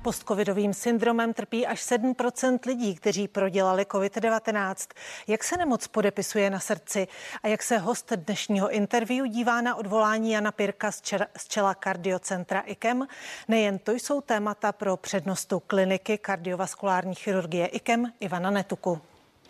Postcovidovým syndromem trpí až 7% lidí, kteří prodělali COVID-19. Jak se nemoc podepisuje na srdci a jak se host dnešního interview dívá na odvolání Jana Pirka z čela kardiocentra IKEM? Nejen to jsou témata pro přednostu kliniky kardiovaskulární chirurgie IKEM Ivana Netuku.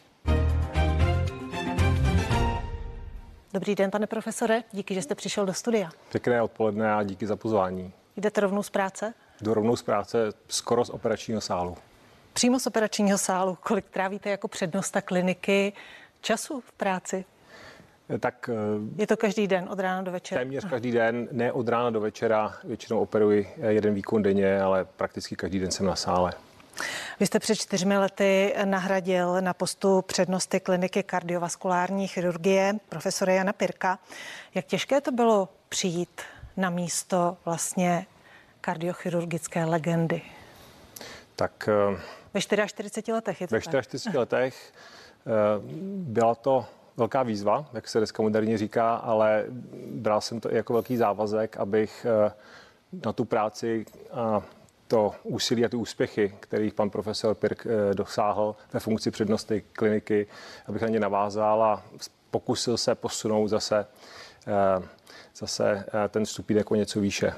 Dobrý den, pane profesore, díky, že jste přišel do studia. Pěkné odpoledne a díky za pozvání. Jdete rovnou z práce? Jdu rovnou z práce, skoro z operačního sálu. Přímo z operačního sálu. Kolik trávíte jako přednosta kliniky času v práci? Tak je to každý den, od rána do večera? Téměř každý den, ne od rána do večera, většinou operuji jeden výkon denně, ale prakticky každý den jsem na sále. Vy jste před 4 lety nahradil na postu přednosty kliniky kardiovaskulární chirurgie profesora Jana Pirka. Jak těžké to bylo přijít na místo vlastně kardiochirurgické legendy? Tak ve 44 letech je to ve 44 letech byla to velká výzva, jak se dneska moderně říká, ale bral jsem to i jako velký závazek, abych na tu práci a to úsilí a ty úspěchy, kterých pan profesor Pirk dosáhl ve funkci přednosty kliniky, abych na ně navázal a pokusil se posunout zase ten stupínek o něco výše.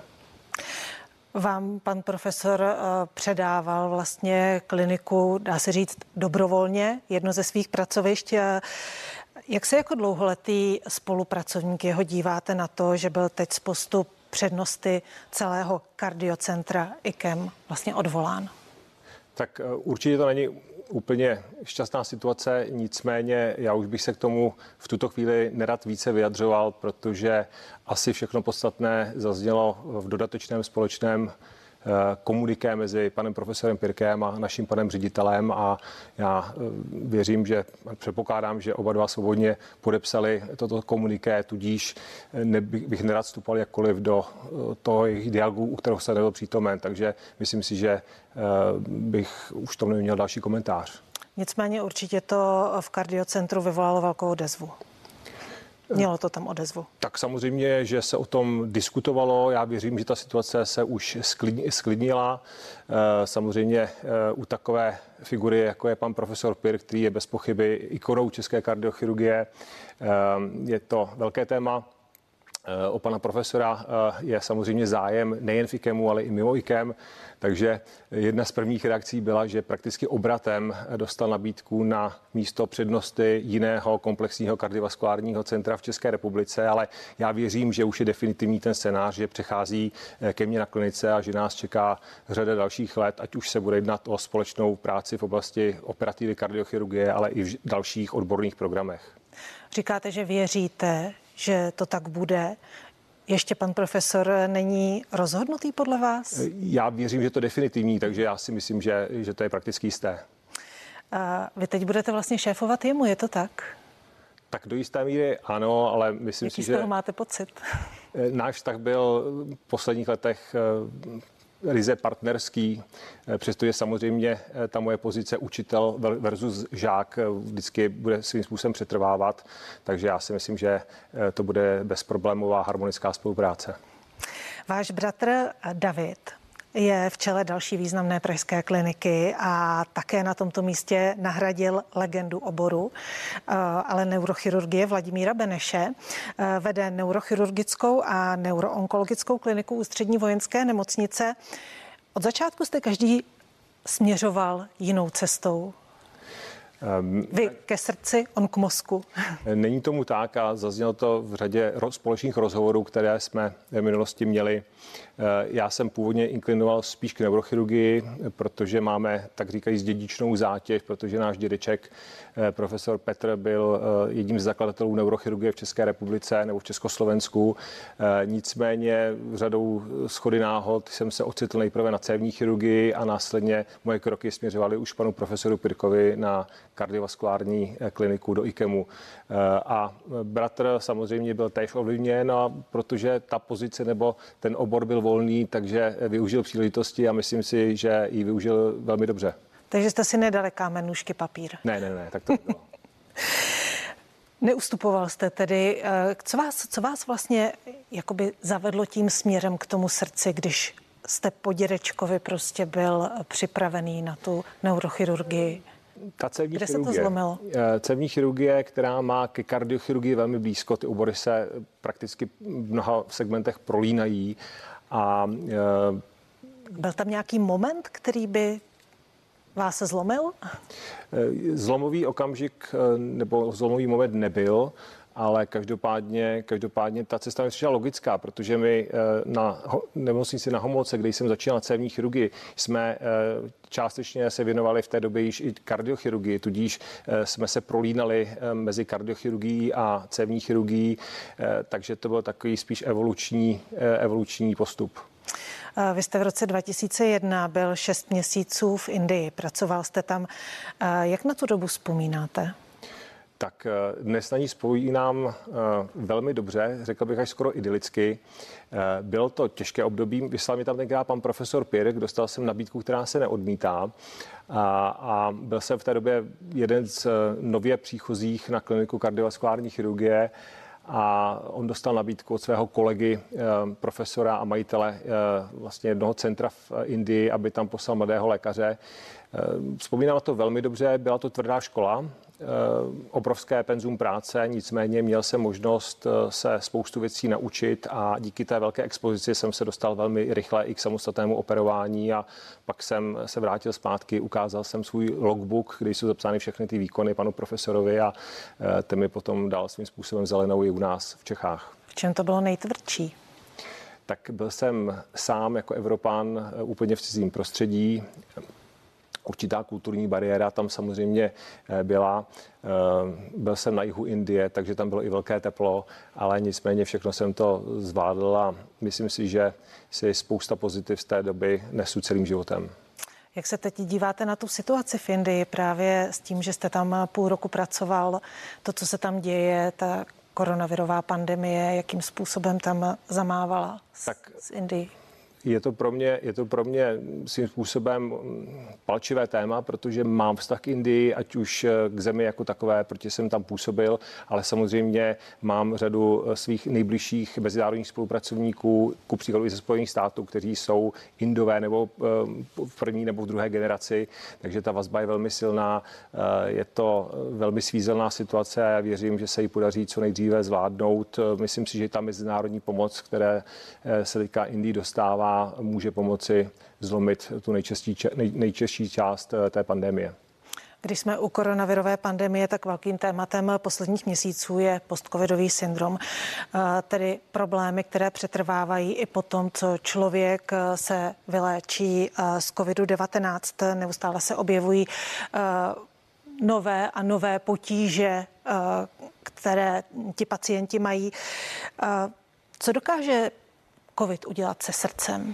Vám pan profesor předával vlastně kliniku, dá se říct, dobrovolně, jedno ze svých pracovišť. Jak se jako dlouholetý spolupracovník jeho díváte na to, že byl teď z postu přednosty celého kardiocentra IKEM vlastně odvolán? Tak určitě to není úplně šťastná situace, nicméně já už bych se k tomu v tuto chvíli nerad více vyjadřoval, protože asi všechno podstatné zaznělo v dodatečném společném komuniké mezi panem profesorem Pirkem a naším panem ředitelem a já věřím, že předpokládám, že oba dva svobodně podepsali toto komuniké, tudíž bych nerad vstupoval jakkoliv do toho jejich dialogu, u kterého se nebyl přítomen, takže myslím si, že bych už tomu neměl další komentář. Nicméně určitě to v kardiocentru vyvolalo velkou odezvu. Mělo to tam odezvu? Tak samozřejmě, že se o tom diskutovalo. Já věřím, že ta situace se už sklidnila. Samozřejmě u takové figury, jako je pan profesor Pirk, který je bez pochyby ikonou české kardiochirurgie, je to velké téma. O pana profesora je samozřejmě zájem nejen v IKEMu, ale i mimo IKEM. Takže jedna z prvních reakcí byla, že prakticky obratem dostal nabídku na místo přednosty jiného komplexního kardiovaskulárního centra v České republice, ale já věřím, že už je definitivní ten scénář, že přechází ke mně na klinice a že nás čeká řada dalších let, ať už se bude jednat o společnou práci v oblasti operativy kardiochirurgie, ale i v dalších odborných programech. Říkáte, že věříte, že to tak bude. Ještě pan profesor není rozhodnutý podle vás? Já věřím, že to je definitivní, takže já si myslím, že to je prakticky jisté. A vy teď budete vlastně šéfovat jemu, je to tak? Tak do jisté míry ano, ale myslím si, že... Jaký z toho máte pocit? Náš vztah byl v posledních letech ryze partnerský, přestože samozřejmě ta moje pozice učitel versus žák vždycky bude svým způsobem přetrvávat, takže já si myslím, že to bude bezproblémová harmonická spolupráce. Váš bratr David je v čele další významné pražské kliniky a také na tomto místě nahradil legendu oboru, ale neurochirurgie Vladimíra Beneše. Vede neurochirurgickou a neuroonkologickou kliniku Ústřední vojenské nemocnice. Od začátku jste každý směřoval jinou cestou. Vy ke srdci, on k mozku. Není tomu tak a zaznělo to v řadě společných rozhovorů, které jsme v minulosti měli. Já jsem původně inklinoval spíš k neurochirurgii, protože máme, tak říkají, dědičnou zátěž, protože náš dědeček, profesor Petr, byl jedním z zakladatelů neurochirurgie v České republice nebo v Československu. Nicméně řadou shody náhod jsem se ocitl nejprve na cévní chirurgii a následně moje kroky směřovaly už panu profesoru Pirkovi na kardiovaskulární kliniku do IKEMu. A bratr samozřejmě byl též ovlivněn, protože ta pozice nebo ten obor byl volný, takže využil příležitosti a myslím si, že ji využil velmi dobře. Takže jste si nedali kámen, nůžky, papír. Ne, tak to bylo. Neustupoval jste tedy. Co vás vlastně jakoby zavedlo tím směrem k tomu srdci, když jste po dědečkovi prostě byl připravený na tu neurochirurgii? Kde se to zlomilo? Cévní chirurgie, která má ke kardiochirurgii velmi blízko, ty obory se prakticky v mnoha segmentech prolínají. Byl tam nějaký moment, který by vás zlomil? Zlomový okamžik nebo zlomový moment nebyl, ale každopádně ta cesta mi přišla logická, protože my na nemocnici na Homolce, kde jsem začínal cévní chirurgii, jsme částečně se věnovali v té době již i kardiochirurgii, tudíž jsme se prolínali mezi kardiochirurgií a cévní chirurgií, takže to byl takový spíš evoluční postup. Vy jste v roce 2001 byl 6 měsíců v Indii, pracoval jste tam. Jak na tu dobu vzpomínáte? Tak dnes na ní vzpomínám velmi dobře, řekl bych až skoro idylicky. Bylo to těžké období, vyslal mi tam tenkrát pan profesor Pirk, dostal jsem nabídku, která se neodmítá a byl jsem v té době jeden z nově příchozích na kliniku kardiovaskulární chirurgie a on dostal nabídku od svého kolegy, profesora a majitele vlastně jednoho centra v Indii, aby tam poslal mladého lékaře. Vzpomínám na to velmi dobře, byla to tvrdá škola, obrovské penzum práce, nicméně měl jsem možnost se spoustu věcí naučit a díky té velké expozici jsem se dostal velmi rychle i k samostatnému operování a pak jsem se vrátil zpátky, ukázal jsem svůj logbook, kde jsou zapsány všechny ty výkony panu profesorovi a ten mi potom dal svým způsobem zelenou i u nás v Čechách. V čem to bylo nejtvrdší? Tak byl jsem sám jako Evropan úplně v cizím prostředí. Určitá kulturní bariéra tam samozřejmě byla. Byl jsem na jihu Indie, takže tam bylo i velké teplo, ale nicméně všechno jsem to zvládl a myslím si, že si spousta pozitiv z té doby nesu celým životem. Jak se teď díváte na tu situaci v Indii právě s tím, že jste tam půl roku pracoval, to, co se tam děje, ta koronavirová pandemie, jakým způsobem tam zamávala z Indii? Je to pro mě svým způsobem palčivé téma, protože mám vztah k Indii, ať už k zemi jako takové, protože jsem tam působil, ale samozřejmě mám řadu svých nejbližších mezinárodních spolupracovníků, ku příkladu i ze Spojených států, kteří jsou Indové nebo v první nebo v druhé generaci, takže ta vazba je velmi silná. Je to velmi svízelná situace a já věřím, že se ji podaří co nejdříve zvládnout. Myslím si, že ta mezinárodní pomoc, které se teďka Indii dostává, může pomoci zlomit tu nejčastější část té pandemie. Když jsme u koronavirové pandemie, tak velkým tématem posledních měsíců je postcovidový syndrom, tedy problémy, které přetrvávají i po tom, co člověk se vyléčí z covidu-19. Neustále se objevují nové a nové potíže, které ti pacienti mají. Co dokáže COVID udělat se srdcem?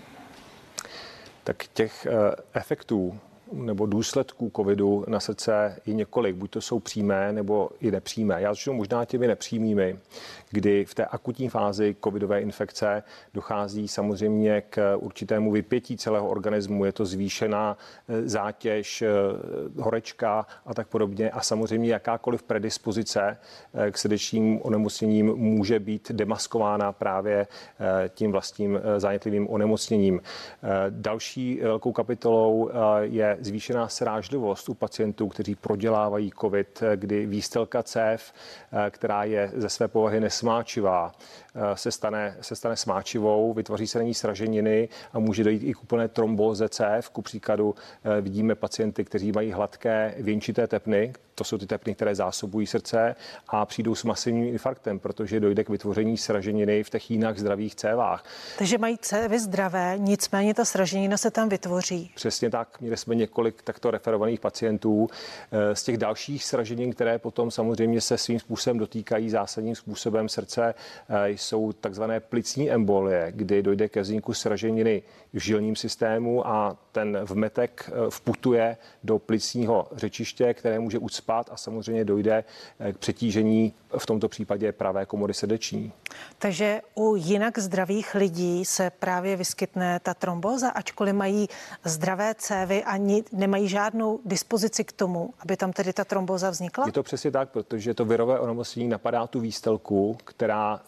Tak těch efektů nebo důsledků covidu na srdce je několik. Buď to jsou přímé nebo i nepřímé. Já začnu možná těmi nepřímými, kdy v té akutní fázi covidové infekce dochází samozřejmě k určitému vypětí celého organismu. Je to zvýšená zátěž, horečka a tak podobně. A samozřejmě jakákoliv predispozice k srdečním onemocněním může být demaskována právě tím vlastním zánětlivým onemocněním. Další velkou kapitolou je zvýšená srážlivost u pacientů, kteří prodělávají COVID, kdy výstelka cév, která je ze své povahy nesmáčivá, se stane smáčivou, vytvoří se na ní sraženiny a může dojít i k úplné trombóze cév. Ku příkladu vidíme pacienty, kteří mají hladké věnčité tepny, to jsou ty tepny, které zásobují srdce a přijdou s masivním infarktem, protože dojde k vytvoření sraženiny v těch jinak zdravých cévách. Takže mají cévy zdravé, nicméně ta sraženina se tam vytvoří. Přesně tak, měli jsme několik takto referovaných pacientů. Z těch dalších sraženin, které potom samozřejmě se svým způsobem dotýkají zásadním způsobem srdce, jsou takzvané plicní embolie, kdy dojde ke vzniku sraženiny v žilním systému a ten vmetek vputuje do plicního řečiště, které může ucpat a samozřejmě dojde k přetížení v tomto případě pravé komory srdeční. Takže u jinak zdravých lidí se právě vyskytne ta trombóza, ačkoliv mají zdravé cévy a nemají žádnou dispozici k tomu, aby tam tedy ta trombóza vznikla? Je to přesně tak, protože to virové onemocnění napadá tu výstelku, která zajišťuje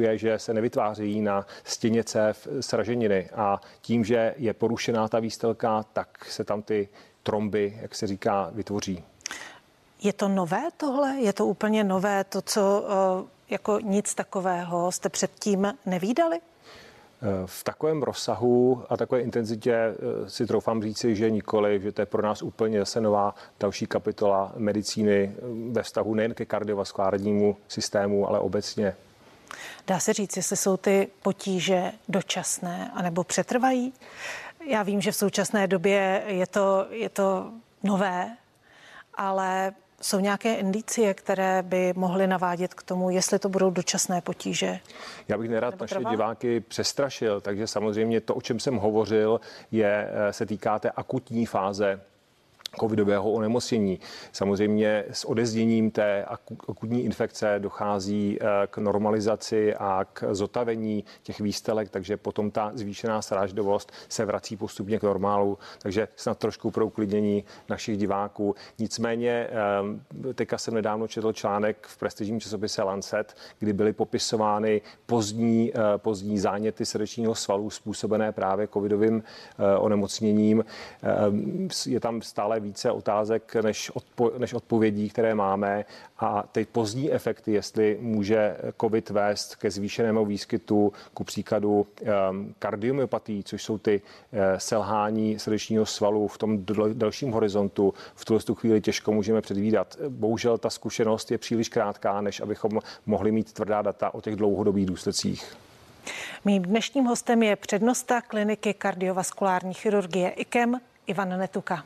zjišťuje, že se nevytvářejí na stěně cév sraženiny a tím, že je porušená ta výstelka, tak se tam ty tromby, jak se říká, vytvoří. Je to nové tohle? Je to úplně nové, to, co jako nic takového jste předtím nevídali? V takovém rozsahu a takové intenzitě si troufám říci, že nikoli, že to je pro nás úplně zase nová další kapitola medicíny ve vztahu nejen ke kardiovaskulárnímu systému, ale obecně. Dá se říct, jestli jsou ty potíže dočasné anebo přetrvají? Já vím, že v současné době je to nové, ale jsou nějaké indicie, které by mohly navádět k tomu, jestli to budou dočasné potíže? Já bych nerad naše diváky přestrašil, takže samozřejmě to, o čem jsem hovořil, se týká té akutní fáze covidového onemocnění. Samozřejmě s odezděním té akutní infekce dochází k normalizaci a k zotavení těch výstelek, takže potom ta zvýšená srážlivost se vrací postupně k normálu, takže snad trošku pro uklidnění našich diváků. Nicméně teďka jsem nedávno četl článek v prestižním časopise Lancet, kdy byly popisovány pozdní záněty srdečního svalu způsobené právě covidovým onemocněním. Je tam stále více otázek než odpovědí, které máme, a ty pozdní efekty, jestli může covid vést ke zvýšenému výskytu, ku příkladu kardiomyopatii, což jsou ty selhání srdečního svalu v tom dalším horizontu, v tuto chvíli těžko můžeme předvídat. Bohužel ta zkušenost je příliš krátká, než abychom mohli mít tvrdá data o těch dlouhodobých důsledcích. Mým dnešním hostem je přednosta kliniky kardiovaskulární chirurgie IKEM Ivan Netuka.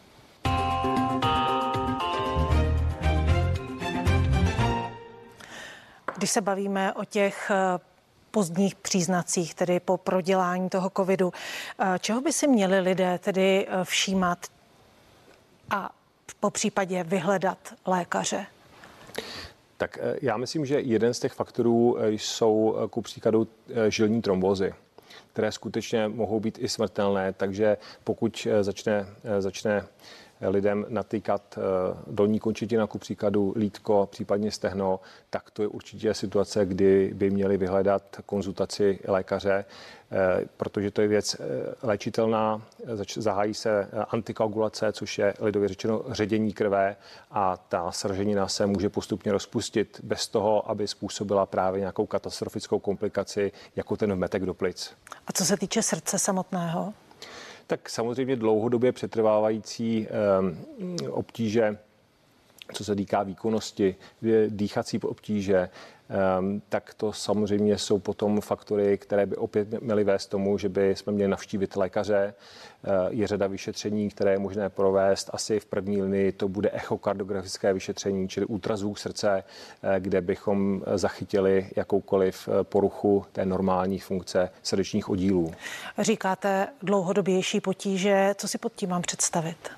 Když se bavíme o těch pozdních příznacích, tedy po prodělání toho covidu, čeho by si měli lidé tedy všímat a po případě vyhledat lékaře? Tak já myslím, že jeden z těch faktorů jsou ku příkladu žilní trombózy, které skutečně mohou být i smrtelné, takže pokud začne lidem natýkat dolní končetina, ku příkladu lýtko, případně stehno, tak to je určitě situace, kdy by měli vyhledat konzultaci lékaře, protože to je věc léčitelná, zahájí se antikoagulace, což je lidově řečeno ředění krve, a ta sraženina se může postupně rozpustit bez toho, aby způsobila právě nějakou katastrofickou komplikaci, jako ten vmetek do plic. A co se týče srdce samotného? Tak samozřejmě dlouhodobě přetrvávající obtíže, co se týká výkonnosti, dýchací obtíže, tak to samozřejmě jsou potom faktory, které by opět měly vést tomu, že by jsme měli navštívit lékaře. Je řada vyšetření, které je možné provést. Asi v první linii to bude echokardiografické vyšetření, čili ultrazvuk srdce, kde bychom zachytili jakoukoliv poruchu té normální funkce srdečních oddílů. Říkáte dlouhodobější potíže. Co si pod tím mám představit?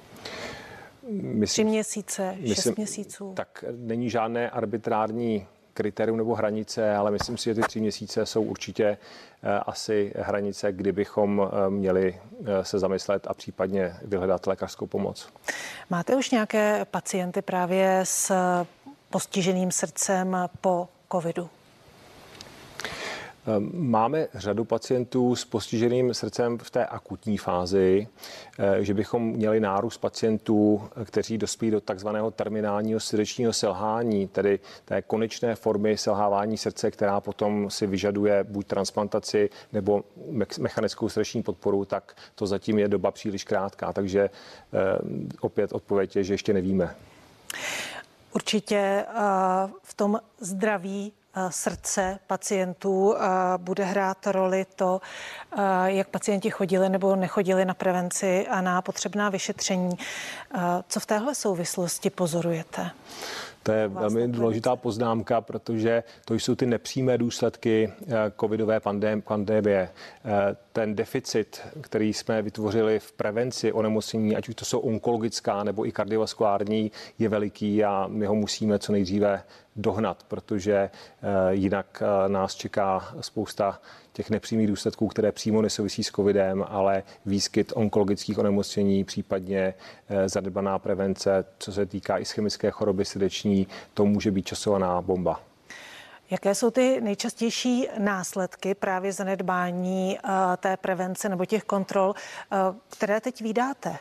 3 měsíce, 6 měsíců? Tak není žádné arbitrární kritérium nebo hranice, ale myslím si, že ty 3 měsíce jsou určitě asi hranice, kdy bychom měli se zamyslet a případně vyhledat lékařskou pomoc. Máte už nějaké pacienty právě s postiženým srdcem po covidu? Máme řadu pacientů s postiženým srdcem v té akutní fázi, že bychom měli nárůst pacientů, kteří dospějí do takzvaného terminálního srdečního selhání, tedy té konečné formy selhávání srdce, která potom si vyžaduje buď transplantaci nebo mechanickou srdeční podporu, tak to zatím je doba příliš krátká, takže opět odpověď je, že ještě nevíme. Určitě v tom zdraví srdce pacientů bude hrát roli to, jak pacienti chodili nebo nechodili na prevenci a na potřebná vyšetření. Co v téhle souvislosti pozorujete? To je velmi důležitá poznámka, protože to jsou ty nepřímé důsledky covidové pandemie. Ten deficit, který jsme vytvořili v prevenci onemocnění, ať už to jsou onkologická nebo i kardiovaskulární, je veliký a my ho musíme co nejdříve dohnat, protože jinak nás čeká spousta těch nepřímých důsledků, které přímo nesouvisí s covidem, ale výskyt onkologických onemocnění, případně zanedbaná prevence, co se týká ischemické choroby srdeční, to může být časovaná bomba. Jaké jsou ty nejčastější následky právě zanedbání té prevence nebo těch kontrol, které teď vídáte?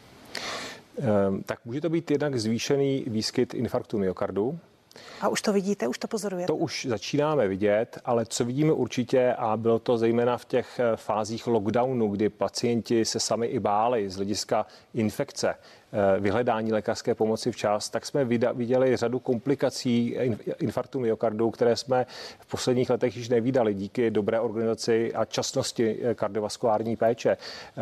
Tak může to být jednak zvýšený výskyt infarktu myokardu. A už to vidíte, už to pozorujete? To už začínáme vidět, ale co vidíme určitě, a bylo to zejména v těch fázích lockdownu, kdy pacienti se sami i báli z hlediska infekce, vyhledání lékařské pomoci včas, tak jsme viděli řadu komplikací infarktu myokardu, které jsme v posledních letech již nevídali díky dobré organizaci a časnosti kardiovaskulární péče.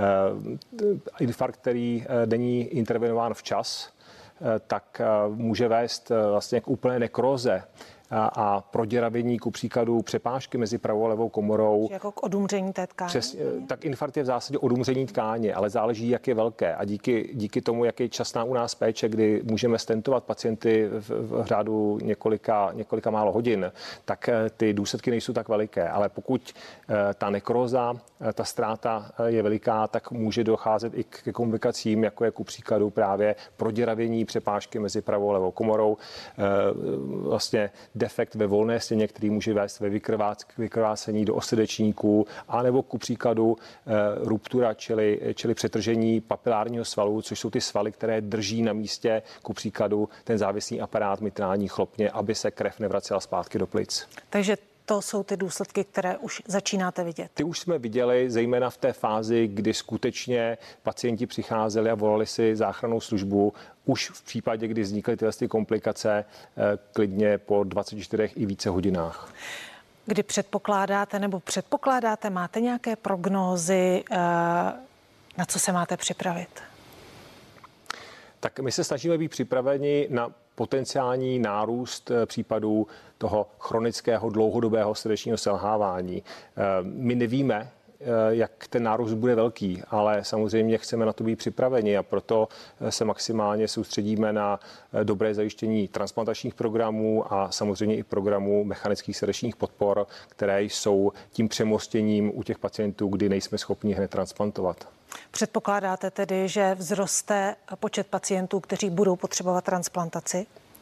Infarkt, který není intervenován včas, tak může vést vlastně k úplné nekróze a proděravění ku příkladu přepážky mezi pravou a levou komorou. Jako k odumření té tkáně? Tak infarkt je v zásadě odumření tkáně, ale záleží, jak je velké. A díky tomu, jak je časná u nás péče, kdy můžeme stentovat pacienty v řádu několika málo hodin, tak ty důsledky nejsou tak veliké. Ale pokud ta nekróza, ta ztráta je veliká, tak může docházet i k komplikacím, jako je ku příkladu právě proděravění přepážky mezi pravou a levou komorou, vlastně defekt ve volné stěně, který může vést ve vykrvácení do osrdečníků, anebo ku příkladu ruptura, čili přetržení papilárního svalu, což jsou ty svaly, které drží na místě, ku příkladu ten závěsný aparát mitrální chlopně, aby se krev nevracela zpátky do plic. Takže to jsou ty důsledky, které už začínáte vidět. Ty už jsme viděli, zejména v té fázi, kdy skutečně pacienti přicházeli a volali si záchrannou službu. Už v případě, kdy vznikly tyhle komplikace, klidně po 24 i více hodinách. Kdy předpokládáte, máte nějaké prognózy, na co se máte připravit? Tak my se snažíme být připraveni na potenciální nárůst případů toho chronického dlouhodobého srdečního selhávání. My nevíme, jak ten nárůst bude velký, ale samozřejmě chceme na to být připraveni a proto se maximálně soustředíme na dobré zajištění transplantačních programů a samozřejmě i programů mechanických srdečních podpor, které jsou tím přemostěním u těch pacientů, kdy nejsme schopni hned transplantovat. Předpokládáte tedy, že vzroste počet pacientů, kteří budou potřebovat transplantaci?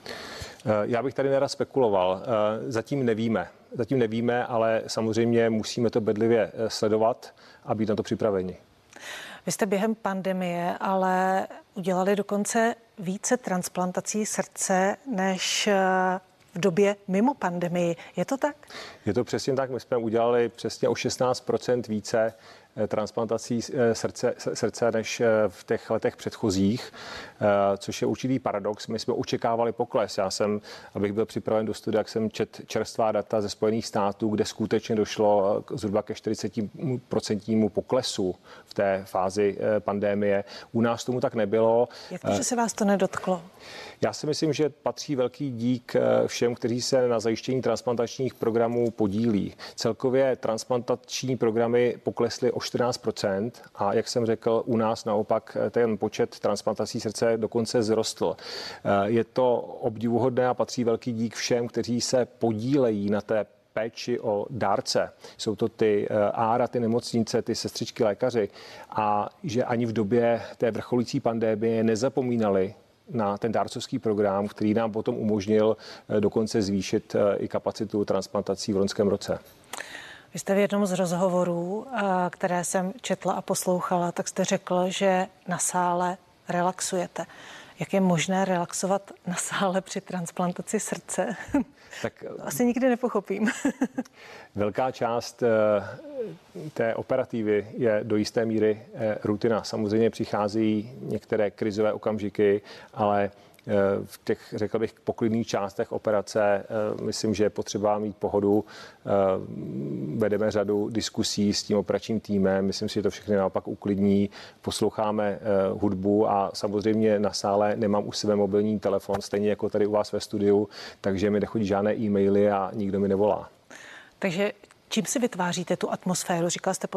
Já bych tady nerad spekuloval. Zatím nevíme, ale samozřejmě musíme to bedlivě sledovat a být na to připraveni. Vy jste během pandemie ale udělali dokonce více transplantací srdce než v době mimo pandemii. Je to tak? Je to přesně tak. My jsme udělali přesně o 16% více transplantací srdce než v těch letech předchozích, což je určitý paradox. My jsme očekávali pokles. Já jsem, abych byl připraven do studia, jak jsem četl čerstvá data ze Spojených států, kde skutečně došlo zhruba ke 40% poklesu v té fázi pandemie. U nás tomu tak nebylo. Jak to, že se vás to nedotklo? Já si myslím, že patří velký dík všem, kteří se na zajištění transplantačních programů podílí. Celkově transplantační programy poklesly o 14% a jak jsem řekl, u nás naopak ten počet transplantací srdce dokonce vzrostl. Je to obdivuhodné a patří velký dík všem, kteří se podílejí na té péči o dárce. Jsou to ty ára, ty nemocnice, ty sestřičky, lékaři a že ani v době té vrcholící pandemie nezapomínali na ten dárcovský program, který nám potom umožnil dokonce zvýšit i kapacitu transplantací v loňském roce. Vy jste v jednom z rozhovorů, které jsem četla a poslouchala, tak jste řekl, že na sále relaxujete. Jak je možné relaxovat na sále při transplantaci srdce? Tak asi nikdy nepochopím. Velká část té operativy je do jisté míry rutina. Samozřejmě přichází některé krizové okamžiky, ale v těch, řekl bych, poklidných částech operace myslím, že je potřeba mít pohodu. Vedeme řadu diskusí s tím operačním týmem. Myslím si, že to všechny naopak uklidní. Posloucháme hudbu a samozřejmě na sále nemám u sebe mobilní telefon, stejně jako tady u vás ve studiu, takže mi nechodí žádné e-maily a nikdo mi nevolá. Takže čím si vytváříte tu atmosféru? Říkal jste,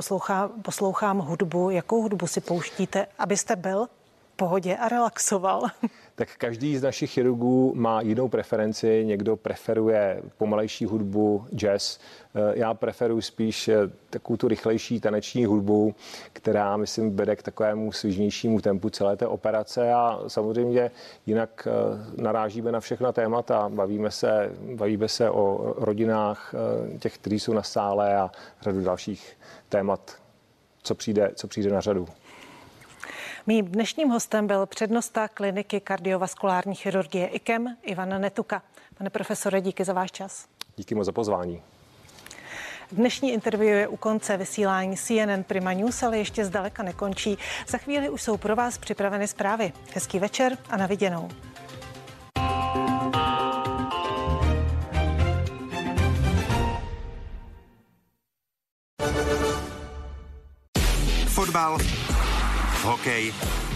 poslouchám hudbu. Jakou hudbu si pouštíte, abyste byl v pohodě a relaxoval? Tak každý z našich chirurgů má jinou preferenci. Někdo preferuje pomalejší hudbu, jazz. Já preferuji spíš takovou tu rychlejší taneční hudbu, která, myslím, vede k takovému svižnějšímu tempu celé té operace a samozřejmě jinak narážíme na všechna témata. Bavíme se o rodinách těch, kteří jsou na sále a řadu dalších témat, co přijde na řadu. Mým dnešním hostem byl přednosta kliniky kardiovaskulární chirurgie IKEM Ivan Netuka. Pane profesore, díky za váš čas. Díky moc za pozvání. Dnešní interview je u konce vysílání CNN Prima News, ale ještě zdaleka nekončí. Za chvíli už jsou pro vás připraveny zprávy. Hezký večer a na viděnou. Fotbal, hokej,